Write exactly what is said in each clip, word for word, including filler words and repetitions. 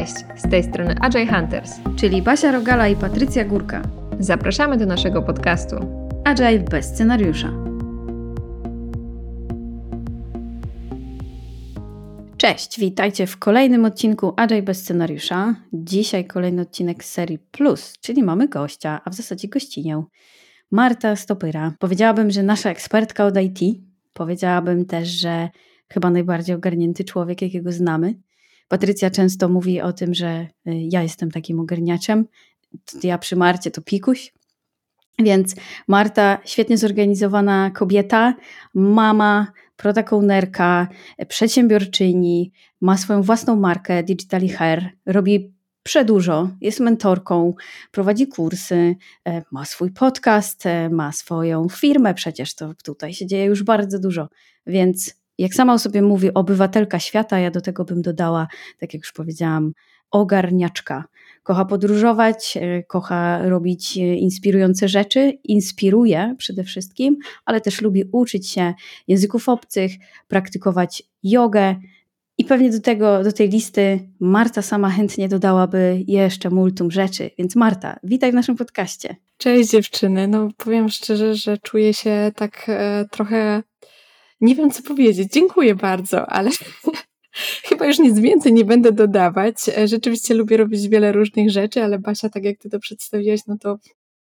Cześć, z tej strony Agile Hunters, czyli Basia Rogala i Patrycja Górka. Zapraszamy do naszego podcastu Agile bez scenariusza. Cześć, witajcie w kolejnym odcinku Agile bez scenariusza. Dzisiaj kolejny odcinek z serii Plus, czyli mamy gościa, a w zasadzie gościnię. Marta Stopyra. Powiedziałabym, że nasza ekspertka od I T. Powiedziałabym też, że chyba najbardziej ogarnięty człowiek, jakiego znamy. Patrycja często mówi o tym, że ja jestem takim ogarniaczem. Ja przy Marcie to pikuś. Więc Marta, świetnie zorganizowana kobieta, mama, product ownerka, przedsiębiorczyni, ma swoją własną markę Digitally Her, robi przedużo, jest mentorką, prowadzi kursy, ma swój podcast, ma swoją firmę, przecież to tutaj się dzieje już bardzo dużo, więc jak sama o sobie mówi, obywatelka świata, ja do tego bym dodała, tak jak już powiedziałam, ogarniaczka. Kocha podróżować, kocha robić inspirujące rzeczy, inspiruje przede wszystkim, ale też lubi uczyć się języków obcych, praktykować jogę i pewnie do tego, do tej listy Marta sama chętnie dodałaby jeszcze multum rzeczy. Więc Marta, witaj w naszym podcaście. Cześć dziewczyny, no powiem szczerze, że czuję się tak e, trochę, nie wiem co powiedzieć, dziękuję bardzo, ale chyba już nic więcej nie będę dodawać. Rzeczywiście lubię robić wiele różnych rzeczy, ale Basia, tak jak ty to przedstawiłaś, no to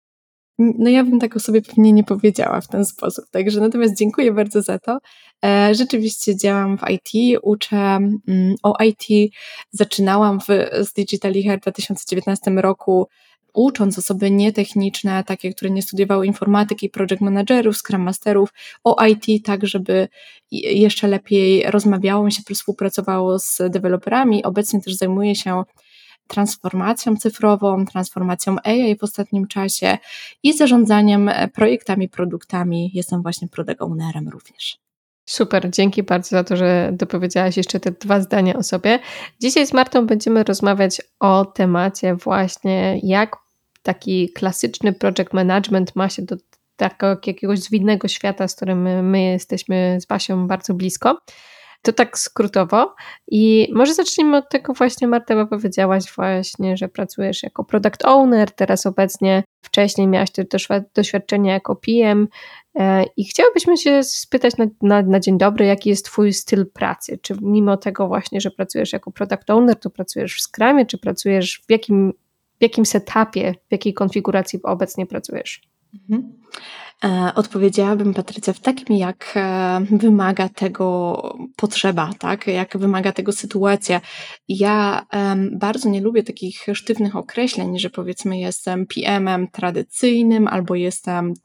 no ja bym tak o sobie pewnie nie powiedziała w ten sposób. Także natomiast dziękuję bardzo za to. Rzeczywiście działam w I T, uczę o I T. Zaczynałam w, z Digitally Her w dwa tysiące dziewiętnastym roku, ucząc osoby nietechniczne, takie, które nie studiowały informatyki, project managerów, scrum masterów, o I T, tak żeby jeszcze lepiej rozmawiało się, współpracowało z deweloperami. Obecnie też zajmuję się transformacją cyfrową, transformacją A I w ostatnim czasie i zarządzaniem projektami, produktami. Jestem właśnie product ownerem również. Super, dzięki bardzo za to, że dopowiedziałaś jeszcze te dwa zdania o sobie. Dzisiaj z Martą będziemy rozmawiać o temacie właśnie, jak taki klasyczny project management ma się do takiego jakiegoś zwinnego świata, z którym my jesteśmy z Basią bardzo blisko. To tak skrótowo i może zacznijmy od tego właśnie, Marta, bo powiedziałaś właśnie, że pracujesz jako product owner, teraz obecnie, wcześniej miałaś też doświadczenie jako P M i chciałabyśmy się spytać na, na, na dzień dobry, jaki jest twój styl pracy, czy mimo tego właśnie, że pracujesz jako product owner, to pracujesz w Scrumie, czy pracujesz w jakim, w jakim setupie, w jakiej konfiguracji obecnie pracujesz? Mhm. Odpowiedziałabym, Patrycja, w takim, jak wymaga tego potrzeba, tak? Jak wymaga tego sytuacja. Ja um, bardzo nie lubię takich sztywnych określeń, że powiedzmy jestem P M-em tradycyjnym albo jestem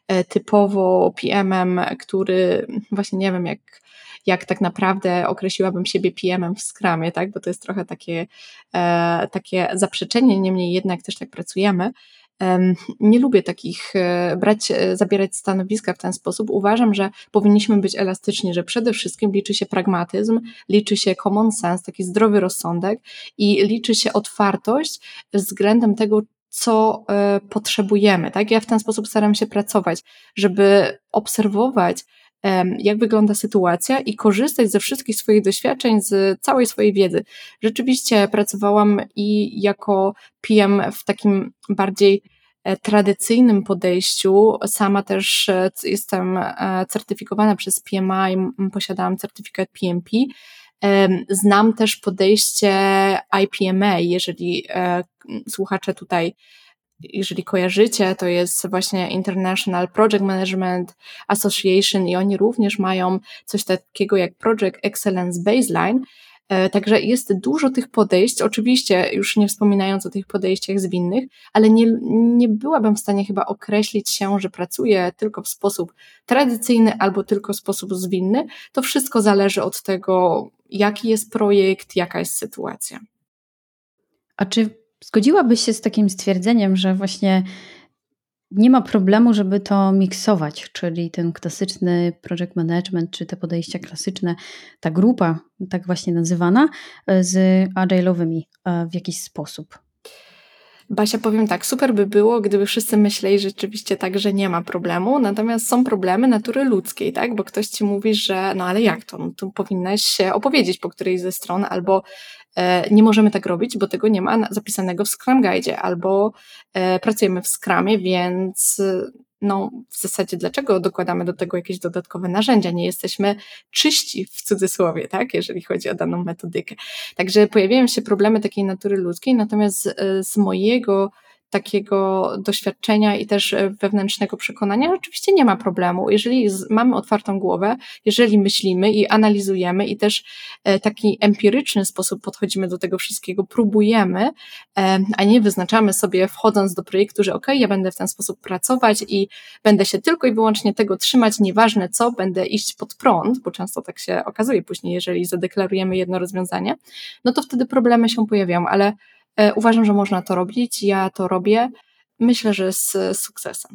typowo P M-em, który właśnie nie wiem, jak jak tak naprawdę określiłabym siebie P M-em w Scrumie, tak? Bo to jest trochę takie, e, takie zaprzeczenie, niemniej jednak też tak pracujemy. Nie lubię takich brać, zabierać stanowiska w ten sposób. Uważam, że powinniśmy być elastyczni, że przede wszystkim liczy się pragmatyzm, liczy się common sense, taki zdrowy rozsądek i liczy się otwartość względem tego, co y, potrzebujemy. Tak? Ja w ten sposób staram się pracować, żeby obserwować, y, jak wygląda sytuacja i korzystać ze wszystkich swoich doświadczeń, z całej swojej wiedzy. Rzeczywiście pracowałam i jako P M w takim bardziej tradycyjnym podejściu. Sama też jestem certyfikowana przez P M I, posiadałam certyfikat P M P. Znam też podejście I P M A, jeżeli słuchacze tutaj, jeżeli kojarzycie, to jest właśnie International Project Management Association i oni również mają coś takiego jak Project Excellence Baseline. Także jest dużo tych podejść, oczywiście już nie wspominając o tych podejściach zwinnych, ale nie, nie byłabym w stanie chyba określić się, że pracuję tylko w sposób tradycyjny albo tylko w sposób zwinny. To wszystko zależy od tego, jaki jest projekt, jaka jest sytuacja. A czy zgodziłabyś się z takim stwierdzeniem, że właśnie nie ma problemu, żeby to miksować, czyli ten klasyczny project management, czy te podejścia klasyczne, ta grupa, tak właśnie nazywana, z agile'owymi w jakiś sposób? Basia, powiem tak, super by było, gdyby wszyscy myśleli rzeczywiście tak, że nie ma problemu, natomiast są problemy natury ludzkiej, tak? Bo ktoś ci mówi, że no ale jak to? No, tu powinnaś się opowiedzieć po którejś ze stron, albo e, nie możemy tak robić, bo tego nie ma zapisanego w Scrum Guide'zie, albo e, pracujemy w Scrumie, więc no w zasadzie dlaczego dokładamy do tego jakieś dodatkowe narzędzia? Nie jesteśmy czyści w cudzysłowie, tak? Jeżeli chodzi o daną metodykę. Także pojawiają się problemy takiej natury ludzkiej, natomiast z, z mojego takiego doświadczenia i też wewnętrznego przekonania oczywiście nie ma problemu. Jeżeli z, mamy otwartą głowę, jeżeli myślimy i analizujemy i też e, taki empiryczny sposób podchodzimy do tego wszystkiego, próbujemy, e, a nie wyznaczamy sobie wchodząc do projektu, że okej, ja będę w ten sposób pracować i będę się tylko i wyłącznie tego trzymać, nieważne co, będę iść pod prąd, bo często tak się okazuje później, jeżeli zadeklarujemy jedno rozwiązanie, no to wtedy problemy się pojawiają, ale e, uważam, że można to robić, ja to robię, myślę, że z, z sukcesem.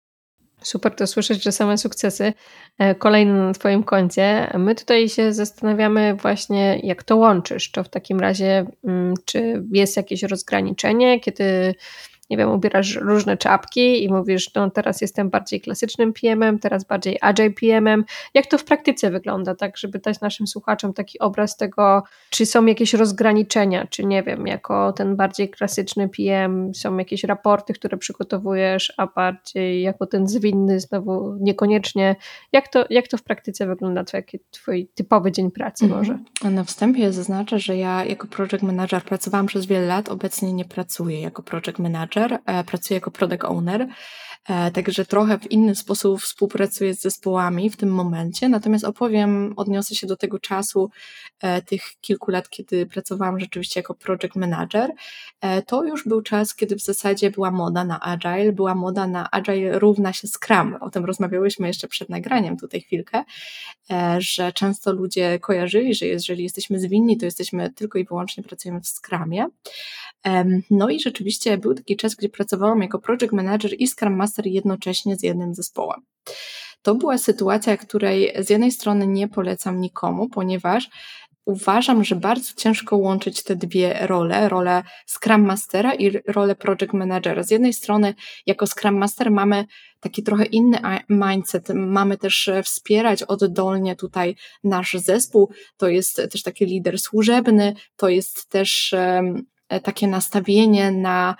Super to słyszeć, że same sukcesy e, kolejne na Twoim koncie. My tutaj się zastanawiamy właśnie, jak to łączysz. To w takim razie, mm, czy jest jakieś rozgraniczenie, kiedy, nie wiem, ubierasz różne czapki i mówisz, no teraz jestem bardziej klasycznym P M em, teraz bardziej Agile P M em. Jak to w praktyce wygląda, tak, żeby dać naszym słuchaczom taki obraz tego, czy są jakieś rozgraniczenia, czy nie wiem, jako ten bardziej klasyczny P M są jakieś raporty, które przygotowujesz, a bardziej jako ten zwinny znowu niekoniecznie. Jak to, jak to w praktyce wygląda, to jaki twój typowy dzień pracy Mhm. może? Na wstępie zaznaczę, że ja jako project manager pracowałam przez wiele lat, obecnie nie pracuję jako project manager, e, pracuję jako product owner, e, także trochę w inny sposób współpracuję z zespołami w tym momencie, natomiast opowiem, odniosę się do tego czasu, e, tych kilku lat, kiedy pracowałam rzeczywiście jako project manager. E, to już był czas, kiedy w zasadzie była moda na Agile, była moda na Agile równa się Scrum, o tym rozmawiałyśmy jeszcze przed nagraniem tutaj chwilkę, że często ludzie kojarzyli, że jeżeli jesteśmy zwinni, to jesteśmy tylko i wyłącznie pracujemy w Scrumie. No i rzeczywiście był taki czas, gdzie pracowałam jako project manager i Scrum Master jednocześnie z jednym zespołem. To była sytuacja, której z jednej strony nie polecam nikomu, ponieważ uważam, że bardzo ciężko łączyć te dwie role, rolę Scrum Mastera i rolę Project Managera. Z jednej strony jako Scrum Master mamy taki trochę inny mindset, mamy też wspierać oddolnie tutaj nasz zespół, to jest też taki lider służebny, to jest też um, takie nastawienie na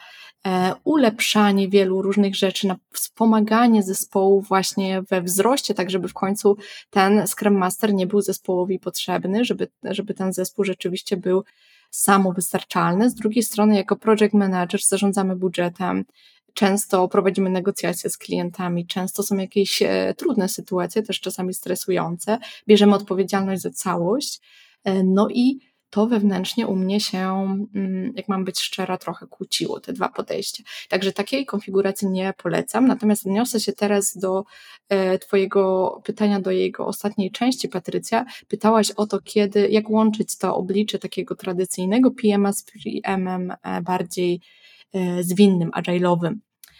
ulepszanie wielu różnych rzeczy, na wspomaganie zespołu właśnie we wzroście, tak żeby w końcu ten Scrum Master nie był zespołowi potrzebny, żeby, żeby ten zespół rzeczywiście był samowystarczalny. Z drugiej strony jako project manager zarządzamy budżetem, często prowadzimy negocjacje z klientami, często są jakieś trudne sytuacje, też czasami stresujące, bierzemy odpowiedzialność za całość, no i to wewnętrznie u mnie się, jak mam być szczera, trochę kłóciło, te dwa podejścia. Także takiej konfiguracji nie polecam, natomiast odniosę się teraz do e, Twojego pytania, do jego ostatniej części, Patrycja. Pytałaś o to, kiedy, jak łączyć to oblicze takiego tradycyjnego P M a z P M em e, bardziej e, zwinnym, agile'owym.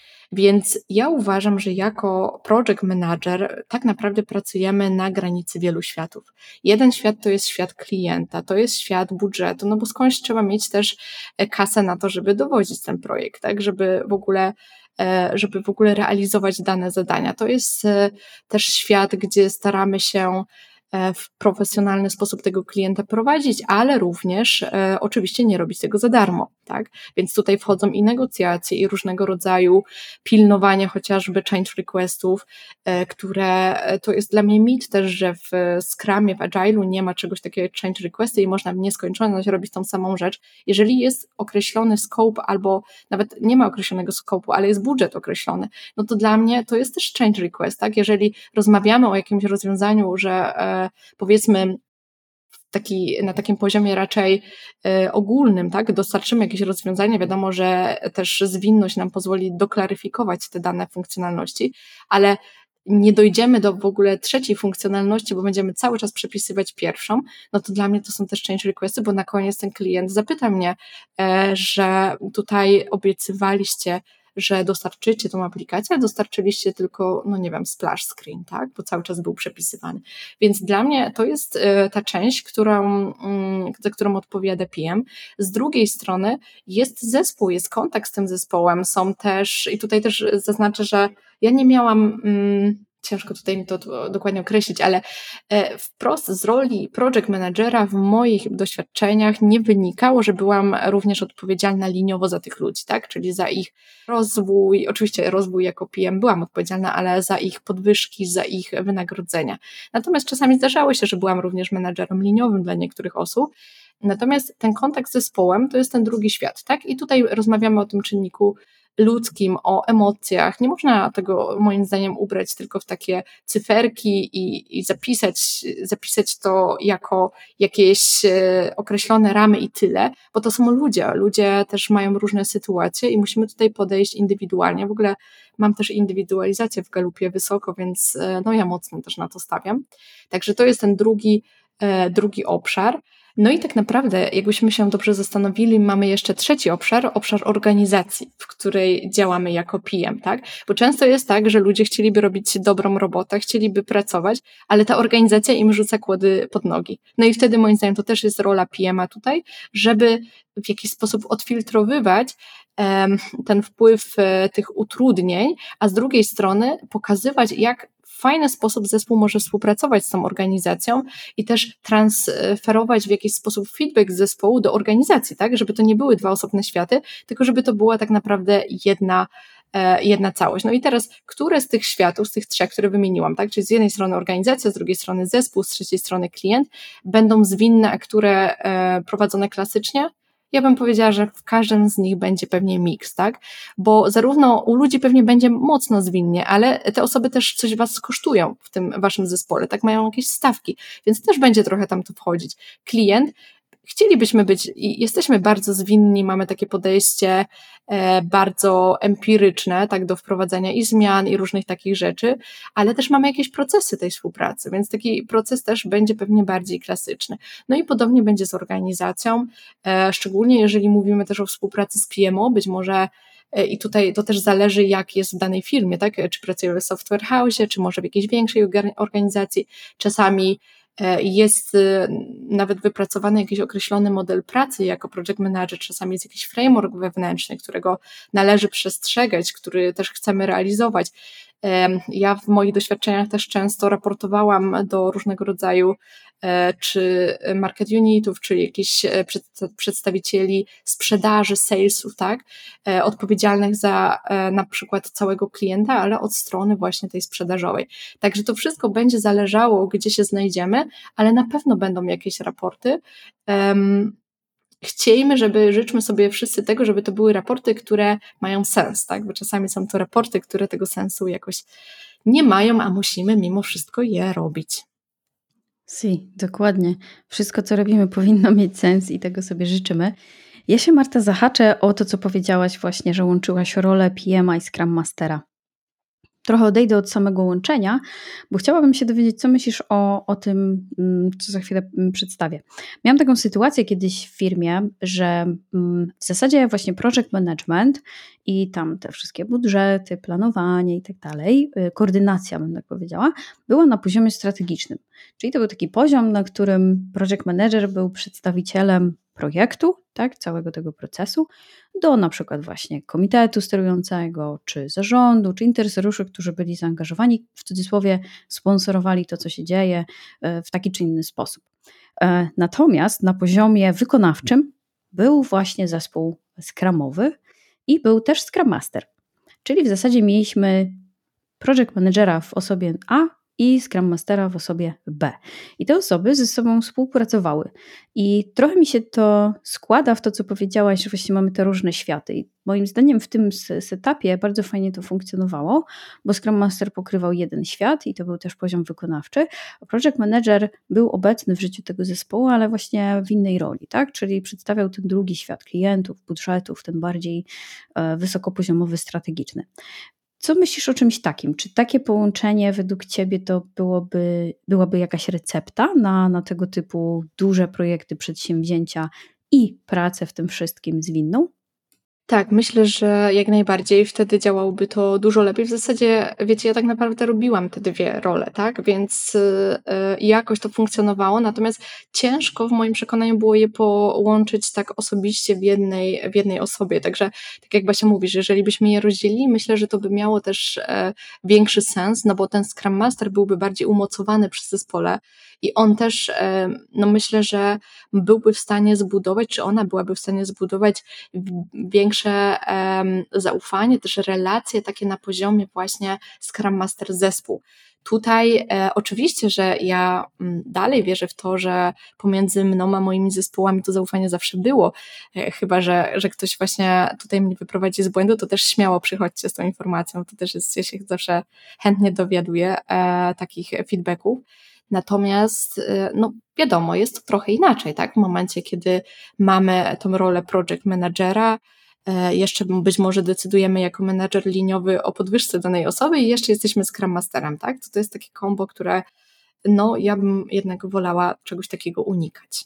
Więc ja uważam, że jako project manager tak naprawdę pracujemy na granicy wielu światów. Jeden świat to jest świat klienta, to jest świat budżetu, no bo skądś trzeba mieć też kasę na to, żeby dowodzić ten projekt, tak, żeby w ogóle żeby w ogóle realizować dane zadania. To jest też świat, gdzie staramy się w profesjonalny sposób tego klienta prowadzić, ale również e, oczywiście nie robić tego za darmo, tak? Więc tutaj wchodzą i negocjacje, i różnego rodzaju pilnowanie chociażby change requestów, e, które to jest dla mnie mit też, że w Scrumie, w Agile'u nie ma czegoś takiego jak change requesty i można w nieskończoność robić tą samą rzecz. Jeżeli jest określony scope albo nawet nie ma określonego scope'u, ale jest budżet określony, no to dla mnie to jest też change request, tak? Jeżeli rozmawiamy o jakimś rozwiązaniu, że e, powiedzmy taki, na takim poziomie raczej y, ogólnym, tak, dostarczymy jakieś rozwiązanie, wiadomo, że też zwinność nam pozwoli doklaryfikować te dane funkcjonalności, ale nie dojdziemy do w ogóle trzeciej funkcjonalności, bo będziemy cały czas przepisywać pierwszą, no to dla mnie to są też change requesty, bo na koniec ten klient zapyta mnie, e, że tutaj obiecywaliście że dostarczycie tą aplikację, ale dostarczyliście tylko, no nie wiem, splash screen, tak? Bo cały czas był przepisywany. Więc dla mnie to jest ta część, którą, za którą odpowiada P M. Z drugiej strony jest zespół, jest kontakt z tym zespołem, są też, i tutaj też zaznaczę, że ja nie miałam, hmm, ciężko tutaj mi to dokładnie określić, ale wprost z roli project managera w moich doświadczeniach nie wynikało, że byłam również odpowiedzialna liniowo za tych ludzi, tak? Czyli za ich rozwój, oczywiście rozwój jako P M byłam odpowiedzialna, ale za ich podwyżki, za ich wynagrodzenia. Natomiast czasami zdarzało się, że byłam również menadżerem liniowym dla niektórych osób. Natomiast ten kontakt z zespołem to jest ten drugi świat, tak? I tutaj rozmawiamy o tym czynniku ludzkim, o emocjach. Nie można tego moim zdaniem ubrać tylko w takie cyferki i, i zapisać, zapisać to jako jakieś e, określone ramy i tyle, bo to są ludzie. Ludzie też mają różne sytuacje i musimy tutaj podejść indywidualnie. W ogóle mam też indywidualizację w Galupie wysoko, więc e, no ja mocno też na to stawiam. Także to jest ten drugi, e, drugi obszar. No i tak naprawdę, jakbyśmy się dobrze zastanowili, mamy jeszcze trzeci obszar, obszar organizacji, w której działamy jako P M, tak? Bo często jest tak, że ludzie chcieliby robić dobrą robotę, chcieliby pracować, ale ta organizacja im rzuca kłody pod nogi. No i wtedy moim zdaniem to też jest rola P M a tutaj, żeby w jakiś sposób odfiltrowywać um, ten wpływ e, tych utrudnień, a z drugiej strony pokazywać, jak w fajny sposób zespół może współpracować z tą organizacją i też transferować w jakiś sposób feedback z zespołu do organizacji, tak, żeby to nie były dwa osobne światy, tylko żeby to była tak naprawdę jedna, jedna całość. No i teraz, które z tych światów, z tych trzech, które wymieniłam, tak, czyli z jednej strony organizacja, z drugiej strony zespół, z trzeciej strony klient, będą zwinne, a które prowadzone klasycznie? Ja bym powiedziała, że w każdym z nich będzie pewnie miks, tak? Bo zarówno u ludzi pewnie będzie mocno zwinnie, ale te osoby też coś was kosztują w tym waszym zespole, tak? Mają jakieś stawki, więc też będzie trochę tam to wchodzić. Klient, chcielibyśmy być i jesteśmy bardzo zwinni, mamy takie podejście e, bardzo empiryczne, tak, do wprowadzania i zmian i różnych takich rzeczy, ale też mamy jakieś procesy tej współpracy, więc taki proces też będzie pewnie bardziej klasyczny. No i podobnie będzie z organizacją, e, szczególnie jeżeli mówimy też o współpracy z P M O, być może i tutaj to też zależy, jak jest w danej firmie, tak? Czy pracujemy w software house, czy może w jakiejś większej organizacji. Czasami jest nawet wypracowany jakiś określony model pracy jako project manager, czasami jest jakiś framework wewnętrzny, którego należy przestrzegać, który też chcemy realizować. Ja w moich doświadczeniach też często raportowałam do różnego rodzaju czy market unitów, czy jakichś przedstawicieli sprzedaży, salesów, tak, odpowiedzialnych za na przykład całego klienta, ale od strony właśnie tej sprzedażowej. Także to wszystko będzie zależało, gdzie się znajdziemy, ale na pewno będą jakieś raporty. Um, Chciejmy, żeby, życzmy sobie wszyscy tego, żeby to były raporty, które mają sens, tak? Bo czasami są to raporty, które tego sensu jakoś nie mają, a musimy mimo wszystko je robić. Si, dokładnie. Wszystko, co robimy, powinno mieć sens i tego sobie życzymy. Ja się, Marta, zahaczę o to, co powiedziałaś właśnie, że łączyłaś rolę P M a i Scrum Mastera. Trochę odejdę od samego łączenia, bo chciałabym się dowiedzieć, co myślisz o, o tym, co za chwilę przedstawię. Miałam taką sytuację kiedyś w firmie, że w zasadzie właśnie project management i tam te wszystkie budżety, planowanie i tak dalej, koordynacja, bym tak powiedziała, była na poziomie strategicznym. Czyli to był taki poziom, na którym project manager był przedstawicielem projektu, tak, całego tego procesu, do na przykład właśnie komitetu sterującego, czy zarządu, czy interesariuszy, którzy byli zaangażowani, w cudzysłowie sponsorowali to, co się dzieje w taki czy inny sposób. Natomiast na poziomie wykonawczym był właśnie zespół scrumowy i był też Scrum Master, czyli w zasadzie mieliśmy project managera w osobie A i Scrum Mastera w osobie B. I te osoby ze sobą współpracowały. I trochę mi się to składa w to, co powiedziałaś, że właśnie mamy te różne światy. I moim zdaniem w tym setupie bardzo fajnie to funkcjonowało, bo Scrum Master pokrywał jeden świat i to był też poziom wykonawczy, a Project Manager był obecny w życiu tego zespołu, ale właśnie w innej roli, tak? Czyli przedstawiał ten drugi świat klientów, budżetów, ten bardziej wysokopoziomowy, strategiczny. Co myślisz o czymś takim? Czy takie połączenie według Ciebie to byłoby, byłaby jakaś recepta na, na tego typu duże projekty, przedsięwzięcia i pracę w tym wszystkim zwinną? Tak, myślę, że jak najbardziej wtedy działałoby to dużo lepiej. W zasadzie, wiecie, ja tak naprawdę robiłam te dwie role, tak? Więc yy, jakoś to funkcjonowało, natomiast ciężko w moim przekonaniu było je połączyć tak osobiście w jednej, w jednej osobie. Także, tak jak Basia mówisz, jeżeli byśmy je rozdzielili, myślę, że to by miało też e, większy sens, no bo ten Scrum Master byłby bardziej umocowany przy zespole i on też, e, no myślę, że byłby w stanie zbudować, czy ona byłaby w stanie zbudować większe um, zaufanie, też relacje takie na poziomie właśnie Scrum Master zespół. Tutaj e, oczywiście, że ja m, dalej wierzę w to, że pomiędzy mną a moimi zespołami to zaufanie zawsze było, e, chyba, że, że ktoś właśnie tutaj mnie wyprowadzi z błędu, to też śmiało przychodźcie z tą informacją, to też jest, ja się zawsze chętnie dowiaduję e, takich feedbacków. Natomiast, no wiadomo, jest to trochę inaczej, tak? W momencie, kiedy mamy tą rolę project managera, jeszcze być może decydujemy jako menadżer liniowy o podwyżce danej osoby i jeszcze jesteśmy Scrum Masterem, tak? To, to jest takie kombo, które no ja bym jednak wolała czegoś takiego unikać.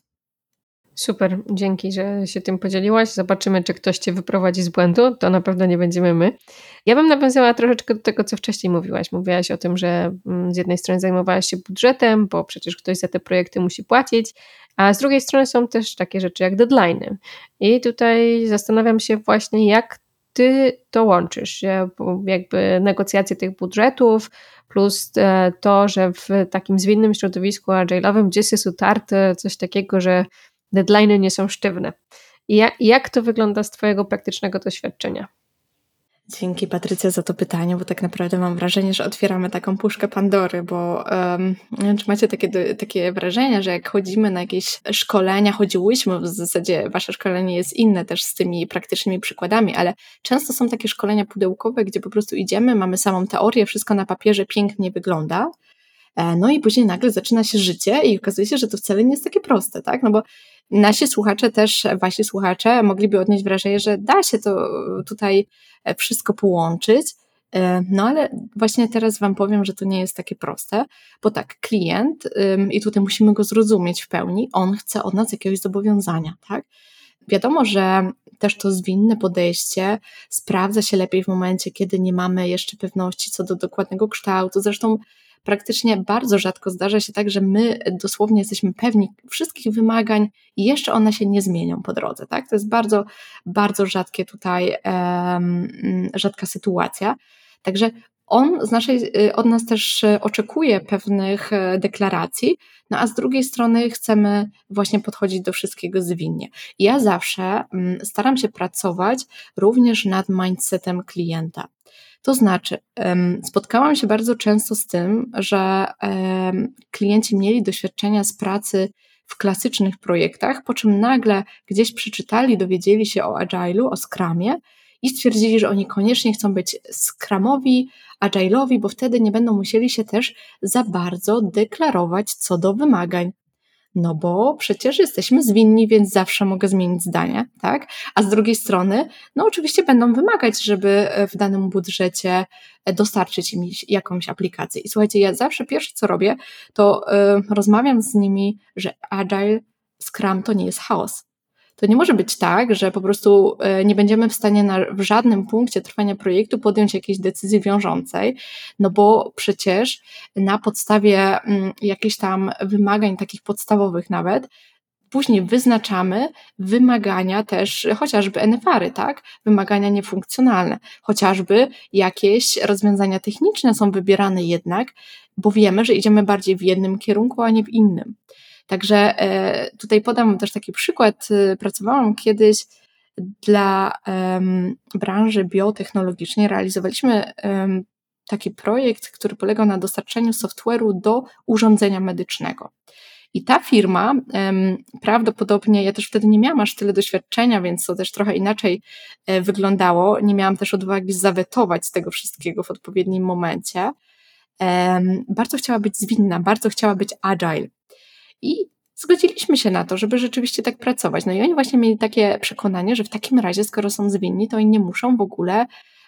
Super, dzięki, że się tym podzieliłaś. Zobaczymy, czy ktoś Cię wyprowadzi z błędu. To na pewno nie będziemy my. Ja bym nawiązała troszeczkę do tego, co wcześniej mówiłaś. Mówiłaś o tym, że z jednej strony zajmowałaś się budżetem, bo przecież ktoś za te projekty musi płacić, a z drugiej strony są też takie rzeczy jak deadline'y. I tutaj zastanawiam się właśnie, jak Ty to łączysz, jakby negocjacje tych budżetów, plus to, że w takim zwinnym środowisku agile'owym gdzieś jest utarte coś takiego, że deadline'y nie są sztywne. I jak, jak to wygląda z Twojego praktycznego doświadczenia? Dzięki Patrycja za to pytanie, bo tak naprawdę mam wrażenie, że otwieramy taką puszkę Pandory, bo um, czy macie takie, takie wrażenie, że jak chodzimy na jakieś szkolenia, chodziłyśmy, w zasadzie wasze szkolenie jest inne też z tymi praktycznymi przykładami, ale często są takie szkolenia pudełkowe, gdzie po prostu idziemy, mamy samą teorię, wszystko na papierze pięknie wygląda, no i później nagle zaczyna się życie i okazuje się, że to wcale nie jest takie proste, tak? No bo nasi słuchacze też, wasi słuchacze mogliby odnieść wrażenie, że da się to tutaj wszystko połączyć, no ale właśnie teraz wam powiem, że to nie jest takie proste, bo tak, klient, i tutaj musimy go zrozumieć w pełni, on chce od nas jakiegoś zobowiązania, tak? Wiadomo, że też to zwinne podejście sprawdza się lepiej w momencie, kiedy nie mamy jeszcze pewności co do dokładnego kształtu, zresztą praktycznie bardzo rzadko zdarza się tak, że my dosłownie jesteśmy pewni wszystkich wymagań i jeszcze one się nie zmienią po drodze, tak? To jest bardzo, bardzo rzadkie tutaj, um, rzadka sytuacja. Także on z naszej, od nas też oczekuje pewnych deklaracji, no a z drugiej strony chcemy właśnie podchodzić do wszystkiego zwinnie. Ja zawsze um, staram się pracować również nad mindsetem klienta. To znaczy, spotkałam się bardzo często z tym, że klienci mieli doświadczenia z pracy w klasycznych projektach, po czym nagle gdzieś przeczytali, dowiedzieli się o Agile'u, o Scrumie i stwierdzili, że oni koniecznie chcą być Scrumowi, Agile'owi, bo wtedy nie będą musieli się też za bardzo deklarować co do wymagań. No bo przecież jesteśmy zwinni, więc zawsze mogę zmienić zdanie, tak? A z drugiej strony, no oczywiście będą wymagać, żeby w danym budżecie dostarczyć im jakąś aplikację. I słuchajcie, ja zawsze pierwsze co robię, to y, rozmawiam z nimi, że Agile, Scrum to nie jest chaos. To nie może być tak, że po prostu nie będziemy w stanie na, w żadnym punkcie trwania projektu podjąć jakiejś decyzji wiążącej, no bo przecież na podstawie mm, jakichś tam wymagań takich podstawowych nawet, później wyznaczamy wymagania też, chociażby N F R-y, tak? Wymagania niefunkcjonalne, chociażby jakieś rozwiązania techniczne są wybierane jednak, bo wiemy, że idziemy bardziej w jednym kierunku, a nie w innym. Także tutaj podam też taki przykład. Pracowałam kiedyś dla um, branży biotechnologicznej. Realizowaliśmy um, taki projekt, który polegał na dostarczeniu software'u do urządzenia medycznego. I ta firma um, prawdopodobnie, ja też wtedy nie miałam aż tyle doświadczenia, więc to też trochę inaczej e, wyglądało. Nie miałam też odwagi zawetować z tego wszystkiego w odpowiednim momencie. Um, bardzo chciała być zwinna, bardzo chciała być agile. I zgodziliśmy się na to, żeby rzeczywiście tak pracować. No i oni właśnie mieli takie przekonanie, że w takim razie, skoro są zwinni, to oni nie muszą w ogóle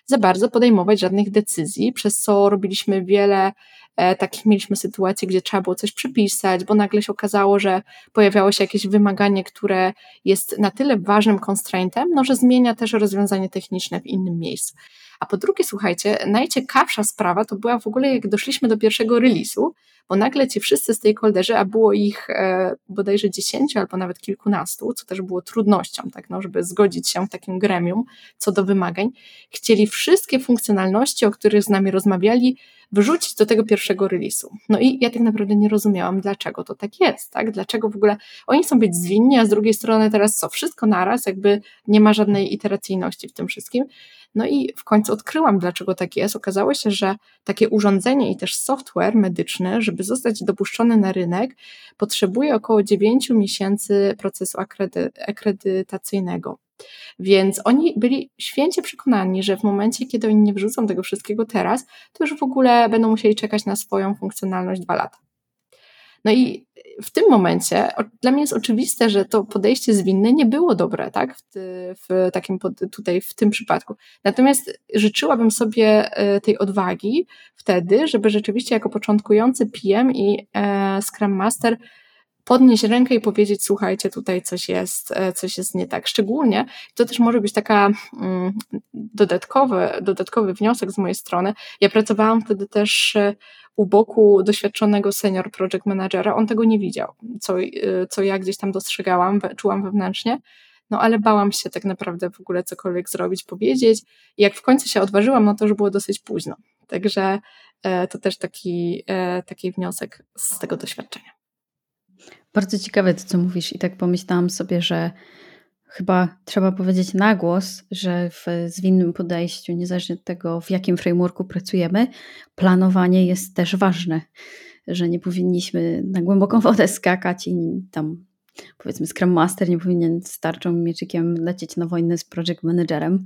za bardzo podejmować żadnych decyzji, przez co robiliśmy wiele e, takich, mieliśmy sytuacje, gdzie trzeba było coś przepisać, bo nagle się okazało, że pojawiało się jakieś wymaganie, które jest na tyle ważnym constraintem, no, że zmienia też rozwiązanie techniczne w innym miejscu. A po drugie, słuchajcie, najciekawsza sprawa to była w ogóle, jak doszliśmy do pierwszego release'u, bo nagle ci wszyscy stakeholderzy, a było ich e, bodajże dziesięciu albo nawet kilkunastu, co też było trudnością, tak, no, żeby zgodzić się w takim gremium co do wymagań, chcieli wszystkie funkcjonalności, o których z nami rozmawiali, wyrzucić do tego pierwszego release'u. No i ja tak naprawdę nie rozumiałam, dlaczego to tak jest, tak? Dlaczego w ogóle oni chcą być zwinni, a z drugiej strony teraz co? Wszystko naraz, jakby nie ma żadnej iteracyjności w tym wszystkim. No i w końcu odkryłam, dlaczego tak jest. Okazało się, że takie urządzenie i też software medyczny, żeby zostać dopuszczony na rynek, potrzebuje około dziewięć miesięcy procesu akredy, akredytacyjnego. Więc oni byli święcie przekonani, że w momencie, kiedy oni nie wrzucą tego wszystkiego teraz, to już w ogóle będą musieli czekać na swoją funkcjonalność dwa lata. No i w tym momencie dla mnie jest oczywiste, że to podejście zwinne nie było dobre, tak, w, w takim tutaj w tym przypadku. Natomiast życzyłabym sobie tej odwagi wtedy, żeby rzeczywiście jako początkujący P M i e, Scrum Master podnieść rękę i powiedzieć, słuchajcie, tutaj coś jest, coś jest nie tak. Szczególnie, to też może być taka mm, dodatkowy, dodatkowy wniosek z mojej strony. Ja pracowałam wtedy też u boku doświadczonego senior project managera, on tego nie widział, co, co ja gdzieś tam dostrzegałam, czułam wewnętrznie, no ale bałam się tak naprawdę w ogóle cokolwiek zrobić, powiedzieć i jak w końcu się odważyłam, no to już było dosyć późno. Także e, to też taki, e, taki wniosek z tego doświadczenia. Bardzo ciekawe to, co mówisz i tak pomyślałam sobie, że chyba trzeba powiedzieć na głos, że w zwinnym podejściu, niezależnie od tego, w jakim frameworku pracujemy, planowanie jest też ważne, że nie powinniśmy na głęboką wodę skakać i tam powiedzmy Scrum Master nie powinien z tarczą i mieczykiem lecieć na wojnę z project managerem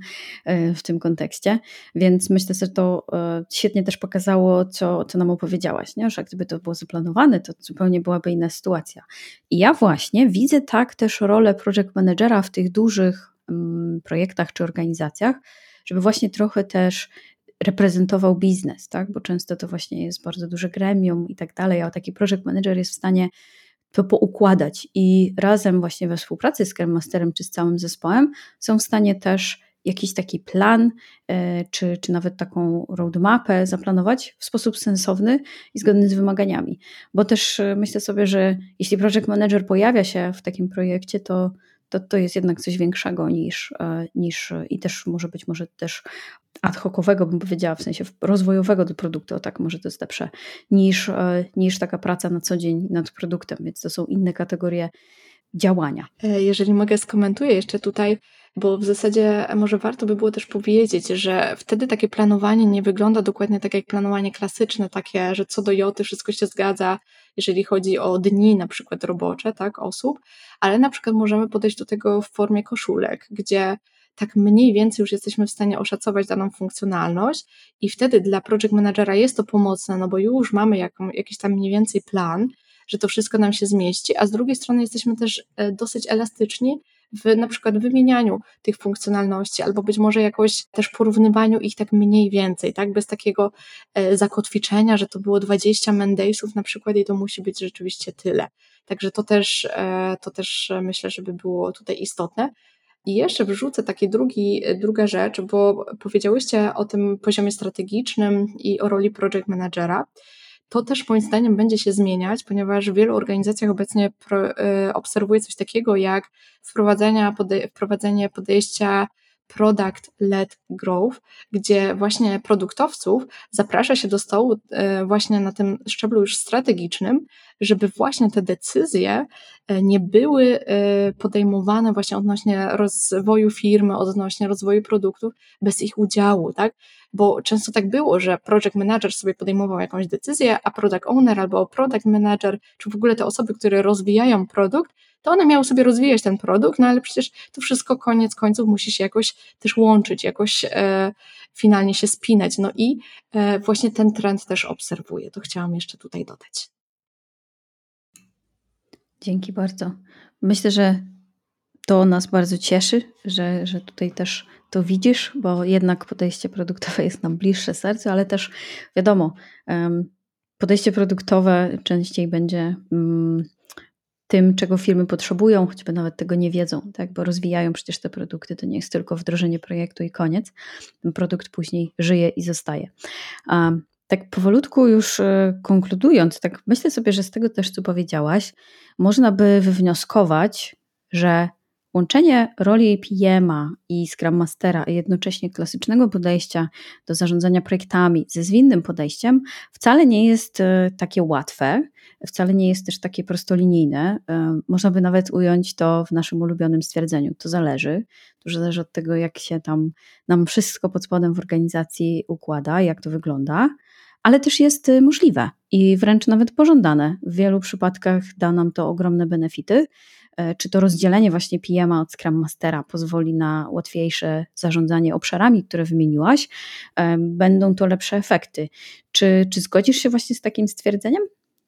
w tym kontekście, więc myślę, że to świetnie też pokazało, co, co nam opowiedziałaś, nie? Że gdyby to było zaplanowane, to zupełnie byłaby inna sytuacja. I ja właśnie widzę tak też rolę project managera w tych dużych um, projektach czy organizacjach, żeby właśnie trochę też reprezentował biznes, tak? Bo często to właśnie jest bardzo duże gremium i tak dalej, a taki project manager jest w stanie to poukładać i razem właśnie we współpracy z Scrum Masterem czy z całym zespołem są w stanie też jakiś taki plan czy, czy nawet taką roadmapę zaplanować w sposób sensowny i zgodny z wymaganiami. Bo też myślę sobie, że jeśli project manager pojawia się w takim projekcie, to to, to jest jednak coś większego niż, niż i też może być może też ad hocowego, bym powiedziała, w sensie rozwojowego do produktu, o tak, może to jest lepsze, niż, niż taka praca na co dzień nad produktem, więc to są inne kategorie działania. Jeżeli mogę, skomentuję jeszcze tutaj, bo w zasadzie może warto by było też powiedzieć, że wtedy takie planowanie nie wygląda dokładnie tak jak planowanie klasyczne, takie, że co do joty wszystko się zgadza, jeżeli chodzi o dni na przykład robocze, tak, osób, ale na przykład możemy podejść do tego w formie koszulek, gdzie tak mniej więcej już jesteśmy w stanie oszacować daną funkcjonalność i wtedy dla project managera jest to pomocne, no bo już mamy jaką, jakiś tam mniej więcej plan, że to wszystko nam się zmieści, a z drugiej strony jesteśmy też dosyć elastyczni w na przykład wymienianiu tych funkcjonalności albo być może jakoś też porównywaniu ich tak mniej więcej, tak, bez takiego zakotwiczenia, że to było dwadzieścia mandaysów na przykład i to musi być rzeczywiście tyle. Także to też, to też myślę, żeby było tutaj istotne. I jeszcze wrzucę taki drugi, druga rzecz, bo powiedziałyście o tym poziomie strategicznym i o roli project managera. To też moim zdaniem będzie się zmieniać, ponieważ w wielu organizacjach obecnie pro, y, obserwuję coś takiego jak wprowadzenie, pode, wprowadzenie podejścia product-led growth, gdzie właśnie produktowców zaprasza się do stołu y, właśnie na tym szczeblu już strategicznym, żeby właśnie te decyzje nie były podejmowane właśnie odnośnie rozwoju firmy, odnośnie rozwoju produktów bez ich udziału, tak? Bo często tak było, że project manager sobie podejmował jakąś decyzję, a product owner albo product manager, czy w ogóle te osoby, które rozwijają produkt, to one miały sobie rozwijać ten produkt, no ale przecież to wszystko koniec końców musi się jakoś też łączyć, jakoś e, finalnie się spinać. No i e, właśnie ten trend też obserwuję. To chciałam jeszcze tutaj dodać. Dzięki bardzo. Myślę, że To nas bardzo cieszy, że, że tutaj też to widzisz, bo jednak podejście produktowe jest nam bliższe sercu, ale też wiadomo, podejście produktowe częściej będzie tym, czego firmy potrzebują, choćby nawet tego nie wiedzą, tak? Bo rozwijają przecież te produkty, to nie jest tylko wdrożenie projektu i koniec. Ten produkt później żyje i zostaje. A tak powolutku już konkludując, tak myślę sobie, że z tego też, co powiedziałaś, można by wywnioskować, że łączenie roli P M a i Scrum Mastera, a jednocześnie klasycznego podejścia do zarządzania projektami ze zwinnym podejściem wcale nie jest takie łatwe, wcale nie jest też takie prostolinijne. Można by nawet ująć to w naszym ulubionym stwierdzeniu. To zależy. To zależy od tego, jak się tam nam wszystko pod spodem w organizacji układa, jak to wygląda, ale też jest możliwe i wręcz nawet pożądane. W wielu przypadkach da nam to ogromne benefity. Czy to rozdzielenie właśnie P M a od Scrum Mastera pozwoli na łatwiejsze zarządzanie obszarami, które wymieniłaś, będą to lepsze efekty. Czy, czy zgodzisz się właśnie z takim stwierdzeniem?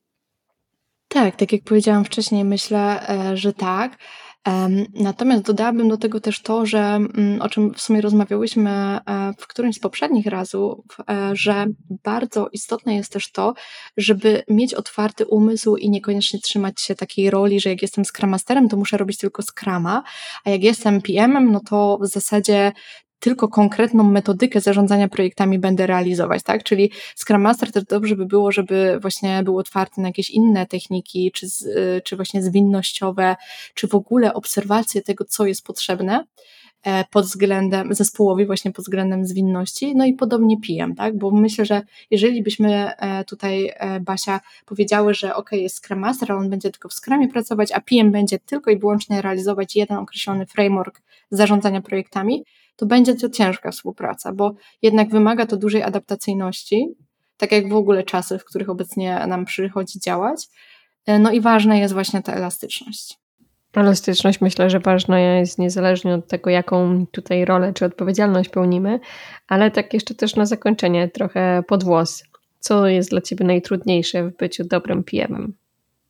Tak, tak jak powiedziałam wcześniej, myślę, że tak. Natomiast dodałabym do tego też to, że o czym w sumie rozmawiałyśmy w którymś z poprzednich razów, że bardzo istotne jest też to, żeby mieć otwarty umysł i niekoniecznie trzymać się takiej roli, że jak jestem Scrum Masterem, to muszę robić tylko Scruma, a jak jestem P M em, no to w zasadzie tylko konkretną metodykę zarządzania projektami będę realizować, tak? Czyli Scrum Master też dobrze by było, żeby właśnie był otwarty na jakieś inne techniki, czy, z, czy właśnie zwinnościowe, czy w ogóle obserwacje tego, co jest potrzebne pod względem zespołowi, właśnie pod względem zwinności, no i podobnie P M, tak? Bo myślę, że jeżeli byśmy tutaj, Basia, powiedziały, że ok, jest Scrum Master, a on będzie tylko w Scrumie pracować, a P M będzie tylko i wyłącznie realizować jeden określony framework zarządzania projektami, to będzie to ciężka współpraca, bo jednak wymaga to dużej adaptacyjności, tak jak w ogóle czasy, w których obecnie nam przychodzi działać. No i ważna jest właśnie ta elastyczność. Elastyczność myślę, że ważna jest niezależnie od tego, jaką tutaj rolę czy odpowiedzialność pełnimy, ale tak jeszcze też na zakończenie trochę pod włos. Co jest dla Ciebie najtrudniejsze w byciu dobrym P M em?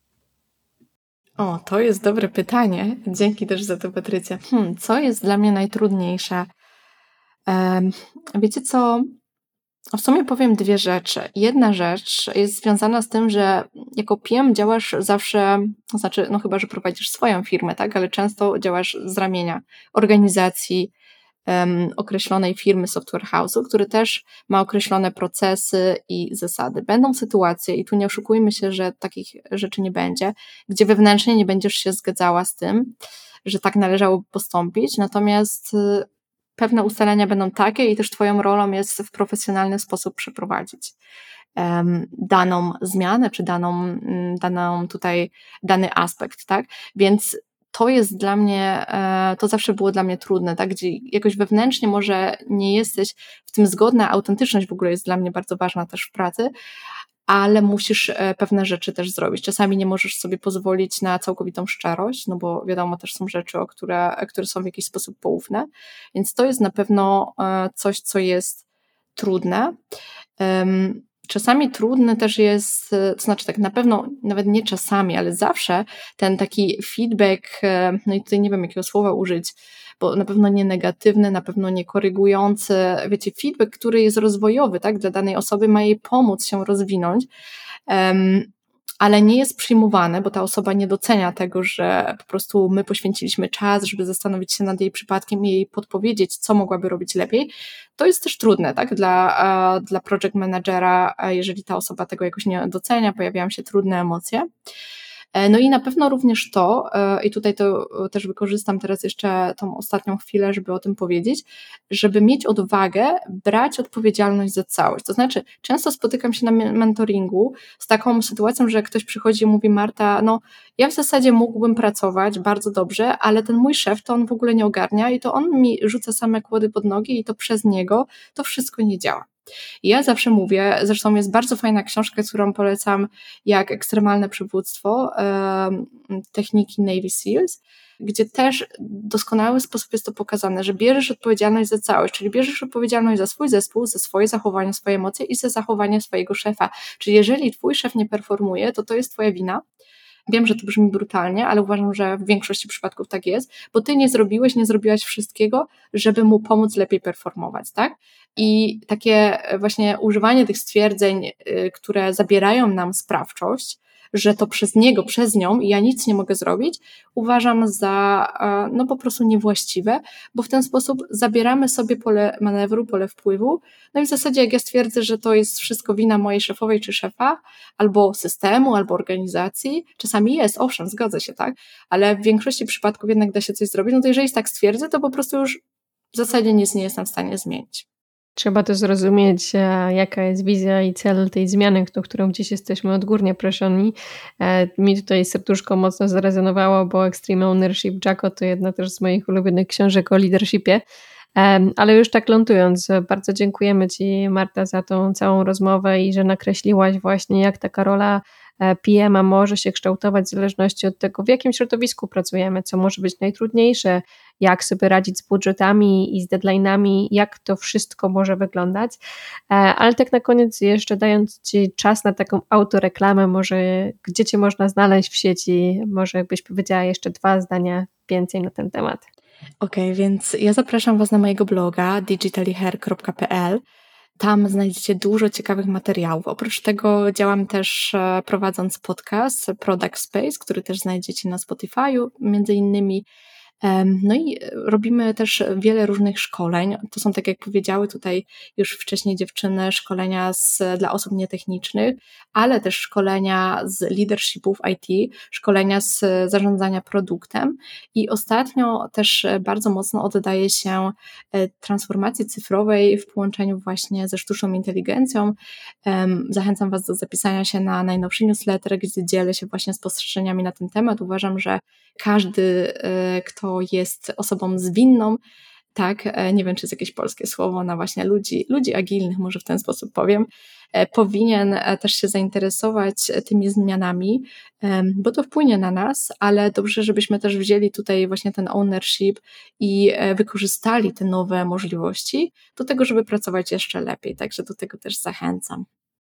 O, to jest dobre pytanie. Dzięki też za to, Patrycja. Hmm, co jest dla mnie najtrudniejsze? Um, wiecie co? W sumie powiem dwie rzeczy. Jedna rzecz jest związana z tym, że jako P M działasz zawsze, to znaczy, no chyba, że prowadzisz swoją firmę, tak, ale często działasz z ramienia organizacji, um, określonej firmy software house'u, który też ma określone procesy i zasady. Będą sytuacje, i tu nie oszukujmy się, że takich rzeczy nie będzie, gdzie wewnętrznie nie będziesz się zgadzała z tym, że tak należałoby postąpić, natomiast pewne ustalenia będą takie i też Twoją rolą jest w profesjonalny sposób przeprowadzić um, daną zmianę, czy daną, daną tutaj, dany aspekt, tak? Więc to jest dla mnie, to zawsze było dla mnie trudne, tak? Gdzie jakoś wewnętrznie może nie jesteś w tym zgodna, autentyczność w ogóle jest dla mnie bardzo ważna też w pracy, ale musisz pewne rzeczy też zrobić. Czasami nie możesz sobie pozwolić na całkowitą szczerość, no bo wiadomo, też są rzeczy, o które, które są w jakiś sposób poufne, więc to jest na pewno coś, co jest trudne. Czasami trudne też jest, to znaczy tak na pewno, nawet nie czasami, ale zawsze ten taki feedback, no i tutaj nie wiem jakiego słowa użyć, bo na pewno nie negatywny, na pewno nie korygujący, wiecie, feedback, który jest rozwojowy, tak, dla danej osoby, ma jej pomóc się rozwinąć, um, ale nie jest przyjmowany, bo ta osoba nie docenia tego, że po prostu my poświęciliśmy czas, żeby zastanowić się nad jej przypadkiem i jej podpowiedzieć, co mogłaby robić lepiej. To jest też trudne, tak, dla, dla project managera, jeżeli ta osoba tego jakoś nie docenia, pojawiają się trudne emocje. No i na pewno również to, i tutaj to też wykorzystam teraz jeszcze tą ostatnią chwilę, żeby o tym powiedzieć, żeby mieć odwagę brać odpowiedzialność za całość. To znaczy, często spotykam się na mentoringu z taką sytuacją, że ktoś przychodzi i mówi: Marta, no ja w zasadzie mógłbym pracować bardzo dobrze, ale ten mój szef to on w ogóle nie ogarnia i to on mi rzuca same kłody pod nogi i to przez niego to wszystko nie działa. I ja zawsze mówię, zresztą jest bardzo fajna książka, którą polecam, jak Ekstremalne przywództwo, techniki Navy Seals, gdzie też w doskonały sposób jest to pokazane, że bierzesz odpowiedzialność za całość, czyli bierzesz odpowiedzialność za swój zespół, za swoje zachowanie, swoje emocje i za zachowanie swojego szefa. Czyli jeżeli twój szef nie performuje, to to jest twoja wina. Wiem, że to brzmi brutalnie, ale uważam, że w większości przypadków tak jest, bo ty nie zrobiłeś, nie zrobiłaś wszystkiego, żeby mu pomóc lepiej performować, tak? I takie właśnie używanie tych stwierdzeń, które zabierają nam sprawczość, że to przez niego, przez nią i ja nic nie mogę zrobić, uważam za no po prostu niewłaściwe, bo w ten sposób zabieramy sobie pole manewru, pole wpływu. No i w zasadzie jak ja stwierdzę, że to jest wszystko wina mojej szefowej czy szefa, albo systemu, albo organizacji, czasami jest, owszem, zgodzę się, tak, ale w większości przypadków jednak da się coś zrobić, no to jeżeli tak stwierdzę, to po prostu już w zasadzie nic nie jestem w stanie zmienić. Trzeba też zrozumieć, jaka jest wizja i cel tej zmiany, do którą gdzieś jesteśmy odgórnie proszeni. Mi tutaj serduszko mocno zarezonowało, bo Extreme Ownership Jacko to jedna też z moich ulubionych książek o leadershipie. Ale już tak lądując, bardzo dziękujemy Ci, Marta, za tą całą rozmowę i że nakreśliłaś właśnie, jak taka rola P M a może się kształtować w zależności od tego, w jakim środowisku pracujemy, co może być najtrudniejsze, jak sobie radzić z budżetami i z deadline'ami, jak to wszystko może wyglądać. Ale tak na koniec jeszcze dając Ci czas na taką autoreklamę, może gdzie Cię można znaleźć w sieci, może jakbyś powiedziała jeszcze dwa zdania więcej na ten temat. Okej, okay, więc ja zapraszam Was na mojego bloga digitally hair kropka p l. Tam znajdziecie dużo ciekawych materiałów. Oprócz tego działam też prowadząc podcast Product Space, który też znajdziecie na Spotify'u między innymi. No i robimy też wiele różnych szkoleń. To są, tak jak powiedziały tutaj już wcześniej dziewczyny, szkolenia z, dla osób nietechnicznych, ale też szkolenia z leadershipów I T, szkolenia z zarządzania produktem i ostatnio też bardzo mocno oddaje się transformacji cyfrowej w połączeniu właśnie ze sztuczną inteligencją. Zachęcam Was do zapisania się na najnowszy newsletter, gdzie dzielę się właśnie spostrzeżeniami na ten temat. Uważam, że każdy, kto jest osobą zwinną, tak, nie wiem, czy jest jakieś polskie słowo na właśnie ludzi, ludzi agilnych, może w ten sposób powiem, powinien też się zainteresować tymi zmianami, bo to wpłynie na nas, ale dobrze, żebyśmy też wzięli tutaj właśnie ten ownership i wykorzystali te nowe możliwości do tego, żeby pracować jeszcze lepiej, także do tego też zachęcam.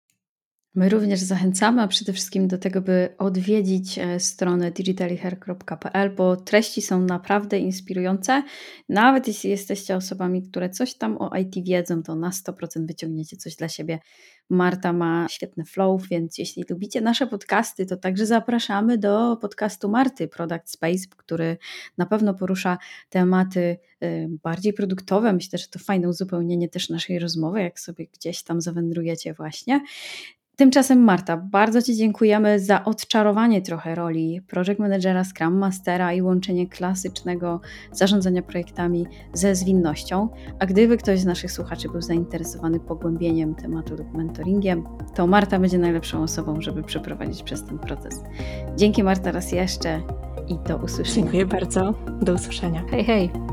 My również zachęcamy, a przede wszystkim do tego, by odwiedzić stronę digitally hair kropka p l, bo treści są naprawdę inspirujące. Nawet jeśli jesteście osobami, które coś tam o I T wiedzą, to na sto procent wyciągniecie coś dla siebie. Marta ma świetny flow, więc jeśli lubicie nasze podcasty, to także zapraszamy do podcastu Marty Product Space, który na pewno porusza tematy bardziej produktowe. Myślę, że to fajne uzupełnienie też naszej rozmowy, jak sobie gdzieś tam zawędrujecie właśnie. Tymczasem Marta, bardzo Ci dziękujemy za odczarowanie trochę roli Project Managera, Scrum Mastera i łączenie klasycznego zarządzania projektami ze zwinnością. A gdyby ktoś z naszych słuchaczy był zainteresowany pogłębieniem tematu lub mentoringiem, to Marta będzie najlepszą osobą, żeby przeprowadzić przez ten proces. Dzięki Marta raz jeszcze i do usłyszenia. Dziękuję bardzo. Do usłyszenia. Hej, hej.